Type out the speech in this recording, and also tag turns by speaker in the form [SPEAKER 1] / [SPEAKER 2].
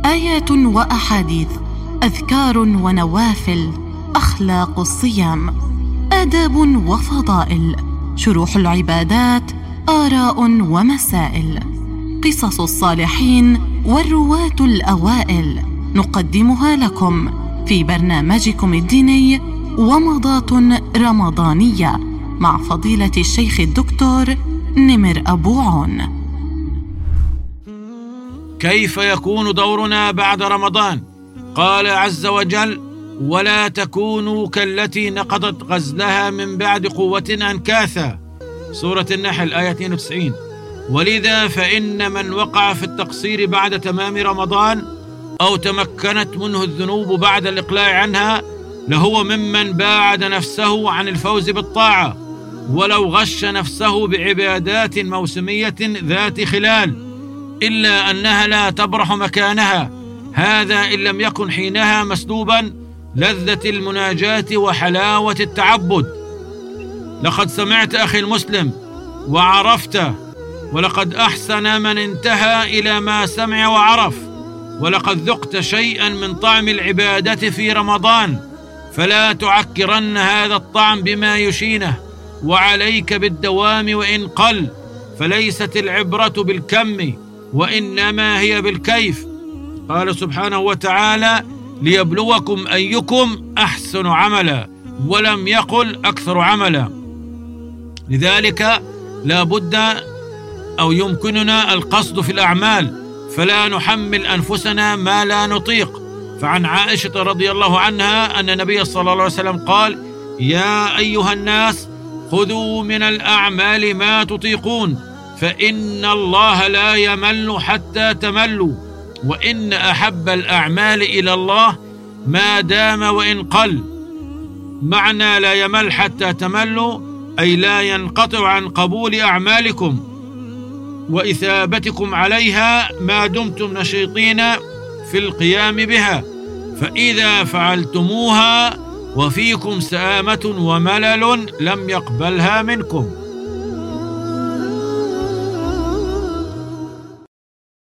[SPEAKER 1] آيات وأحاديث، أذكار ونوافل، أخلاق الصيام، آداب وفضائل، شروح العبادات، آراء ومسائل، قصص الصالحين والرواة الأوائل، نقدمها لكم في برنامجكم الديني ومضات رمضانية مع فضيلة الشيخ الدكتور نمر أبو عون.
[SPEAKER 2] كيف يكون دورنا بعد رمضان؟ قال عز وجل: ولا تكونوا كالتي نقضت غزلها من بعد قوة أنكاثا، سورة النحل آية 92. ولذا فإن من وقع في التقصير بعد تمام رمضان أو تمكنت منه الذنوب بعد الإقلاع عنها لهو ممن باعد نفسه عن الفوز بالطاعة، ولو غش نفسه بعبادات موسمية ذات خلال، إلا أنها لا تبرح مكانها، هذا إن لم يكن حينها مسلوبا لذة المناجاة وحلاوة التعبد. لقد سمعت أخي المسلم وعرفت، ولقد أحسن من انتهى إلى ما سمع وعرف، ولقد ذقت شيئا من طعم العبادة في رمضان، فلا تعكرن هذا الطعم بما يشينه، وعليك بالدوام وإن قل، فليست العبرة بالكم وإنما هي بالكيف. قال سبحانه وتعالى: ليبلوكم أيكم أحسن عملا، ولم يقل أكثر عملا. لذلك لا بد أو يمكننا القصد في الأعمال، فلا نحمل أنفسنا ما لا نطيق. فعن عائشة رضي الله عنها أن النبي صلى الله عليه وسلم قال: يا أيها الناس خذوا من الأعمال ما تطيقون، فإن الله لا يمل حتى تملوا، وإن أحب الأعمال إلى الله ما دام وإن قل. معنى لا يمل حتى تملوا أي لا ينقطع عن قبول أعمالكم وإثابتكم عليها ما دمتم نشيطين في القيام بها، فإذا فعلتموها وفيكم سآمة وملل لم يقبلها منكم.